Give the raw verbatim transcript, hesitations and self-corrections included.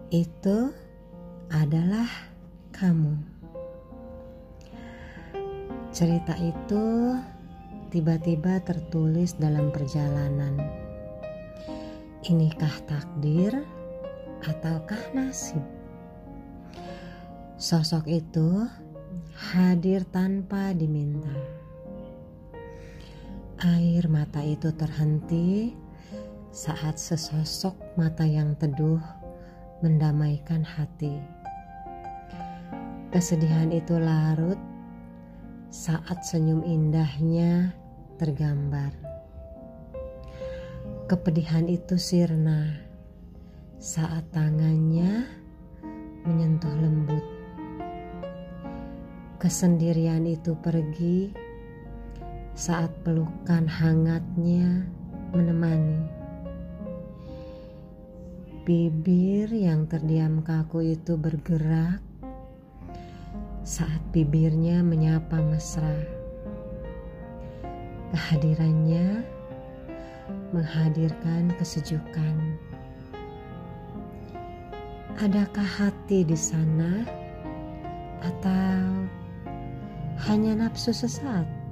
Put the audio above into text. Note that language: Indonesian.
itu adalah kamu. Cerita itu tiba-tiba tertulis dalam perjalanan. Inikah takdir ataukah nasib? Sosok itu hadir tanpa diminta. Air mata itu terhenti saat sesosok mata yang teduh mendamaikan hati. Kesedihan itu larut saat senyum indahnya tergambar. Kepedihan itu sirna saat tangannya menyentuh lembut. Kesendirian itu pergi saat pelukan hangatnya menemani. Bibir yang terdiam kaku itu bergerak saat bibirnya menyapa mesra. Kehadirannya menghadirkan kesejukan. Adakah hati di sana atau hanya nafsu sesaat?